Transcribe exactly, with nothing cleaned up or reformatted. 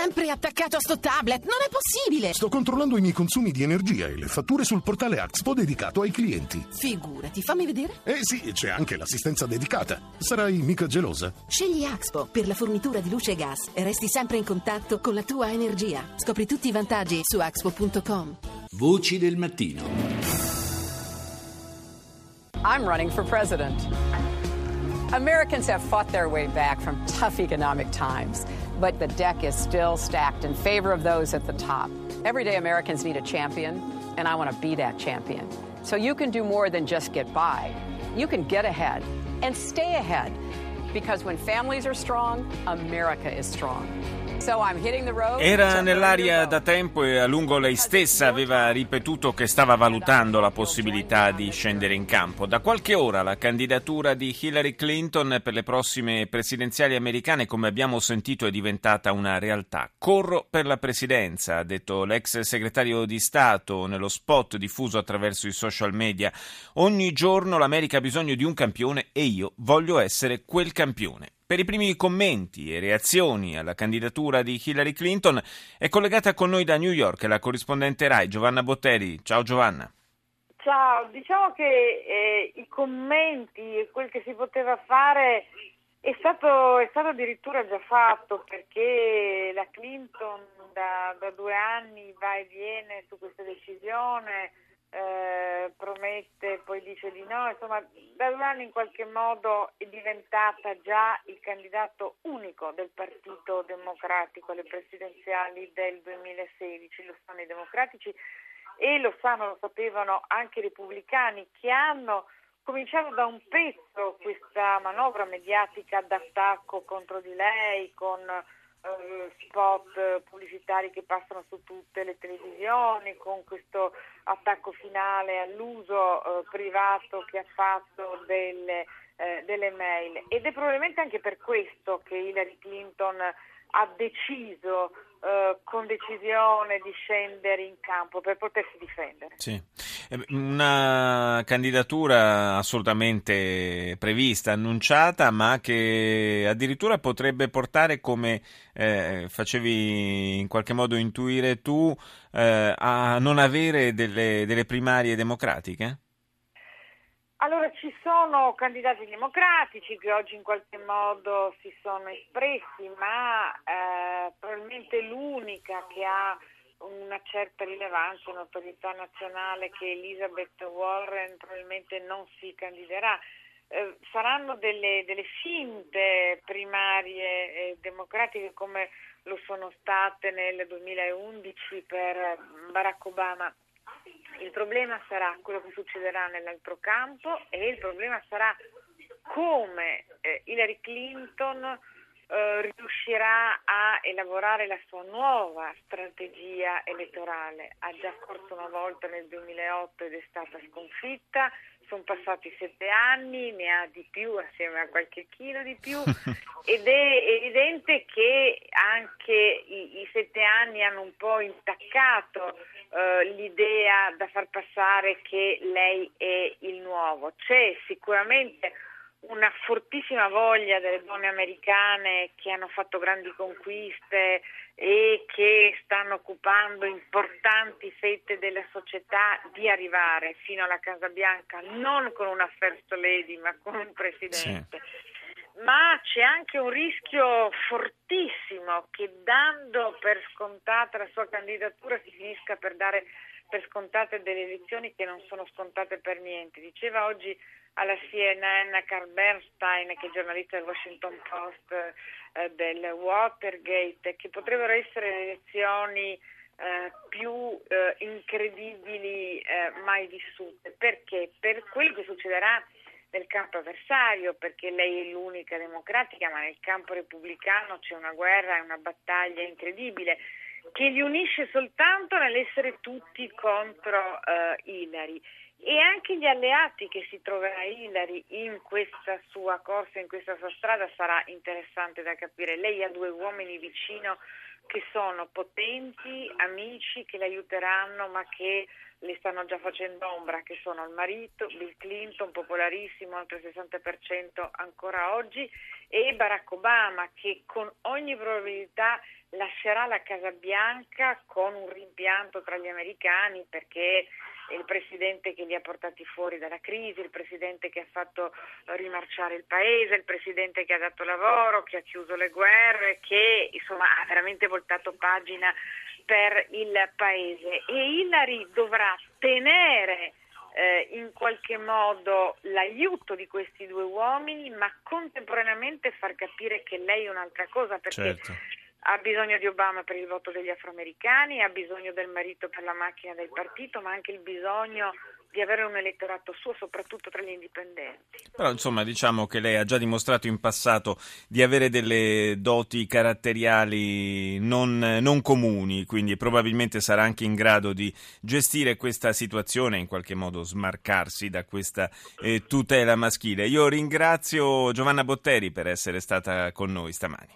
sempre attaccato a sto tablet, non è possibile! Sto controllando i miei consumi di energia e le fatture sul portale Axpo dedicato ai clienti. Figurati, fammi vedere. Eh sì, c'è anche l'assistenza dedicata. Sarai mica gelosa? Scegli Axpo per la fornitura di luce e gas e resti sempre in contatto con la tua energia. Scopri tutti i vantaggi su axpo punto com. Voci del mattino. I'm running for president. Americans have fought their way back from tough economic times, but the deck is still stacked in favor of those at the top. Everyday Americans need a champion, and I want to be that champion. So you can do more than just get by. You can get ahead and stay ahead, because when families are strong, America is strong. So I'm hitting the road. Era nell'aria da tempo e a lungo lei stessa aveva ripetuto che stava valutando la possibilità di scendere in campo. Da qualche ora la candidatura di Hillary Clinton per le prossime presidenziali americane, come abbiamo sentito, è diventata una realtà. Corro per la presidenza, ha detto l'ex segretario di Stato nello spot diffuso attraverso i social media. Ogni giorno l'America ha bisogno di un campione e io voglio essere quel campione. Per i primi commenti e reazioni alla candidatura di Hillary Clinton è collegata con noi da New York la corrispondente Rai Giovanna Botteri. Ciao Giovanna. Ciao, diciamo che eh, i commenti e quel che si poteva fare è stato, è stato addirittura già fatto, perché la Clinton da, da due anni va e viene su questa decisione. Eh, promette, poi dice di no, insomma da due anni in qualche modo è diventata già il candidato unico del Partito Democratico alle presidenziali del duemilasedici. Lo sanno i democratici e lo sanno, lo sapevano anche i repubblicani, che hanno cominciato da un pezzo questa manovra mediatica d'attacco contro di lei, con spot pubblicitari che passano su tutte le televisioni, con questo attacco finale all'uso eh, privato che ha fatto delle, eh, delle mail. Ed è probabilmente anche per questo che Hillary Clinton ha deciso eh, con decisione di scendere in campo per potersi difendere. Sì. Una candidatura assolutamente prevista, annunciata, ma che addirittura potrebbe portare, come eh, facevi in qualche modo intuire tu, eh, a non avere delle, delle primarie democratiche? Allora, ci sono candidati democratici che oggi in qualche modo si sono espressi, ma eh, probabilmente l'unica che ha una certa rilevanza e notorietà nazionale, che Elizabeth Warren, probabilmente non si candiderà. Eh, saranno delle, delle finte primarie eh, democratiche, come lo sono state nel duemilaundici per Barack Obama. Il problema sarà quello che succederà nell'altro campo, e il problema sarà come eh, Hillary Clinton eh, riuscirà a elaborare la sua nuova strategia elettorale. Ha già corso una volta nel duemilaotto ed è stata sconfitta. Sono passati sette anni, ne ha di più, assieme a qualche chilo di più, ed è evidente che anche i, i sette anni hanno un po' intaccato eh, l'idea da far passare che lei è il nuovo. C'è sicuramente una fortissima voglia delle donne americane che hanno fatto grandi conquiste e che stanno occupando importanti fette della società di arrivare fino alla Casa Bianca, non con una first lady ma con un presidente. Sì. Ma c'è anche un rischio fortissimo che, dando per scontata la sua candidatura, si finisca per dare per scontate delle elezioni che non sono scontate per niente. Diceva oggi alla C N N Carl Bernstein, che è giornalista del Washington Post, eh, del Watergate, che potrebbero essere le elezioni eh, più eh, incredibili eh, mai vissute. Perché? Per quello che succederà nel campo avversario, perché lei è l'unica democratica, ma nel campo repubblicano c'è una guerra e una battaglia incredibile che li unisce soltanto nell'essere tutti contro eh, Hillary. E anche gli alleati che si troverà Hillary in questa sua corsa, in questa sua strada, sarà interessante da capire. Lei ha due uomini vicino che sono potenti, amici, che le aiuteranno, ma che le stanno già facendo ombra, che sono il marito, Bill Clinton, popolarissimo, oltre il sessanta per cento ancora oggi, e Barack Obama, che con ogni probabilità lascerà la Casa Bianca con un rimpianto tra gli americani, perché è il presidente che li ha portati fuori dalla crisi, il presidente che ha fatto rimarciare il paese, il presidente che ha dato lavoro, che ha chiuso le guerre, che insomma ha veramente voltato pagina per il paese. E Hillary dovrà tenere eh, in qualche modo l'aiuto di questi due uomini, ma contemporaneamente far capire che lei è un'altra cosa, perché certo. ha bisogno di Obama per il voto degli afroamericani, ha bisogno del marito per la macchina del partito, ma anche il bisogno di avere un elettorato suo, soprattutto tra gli indipendenti. Però insomma diciamo che lei ha già dimostrato in passato di avere delle doti caratteriali non, non comuni, quindi probabilmente sarà anche in grado di gestire questa situazione e in qualche modo smarcarsi da questa eh, tutela maschile. Io ringrazio Giovanna Botteri per essere stata con noi stamani.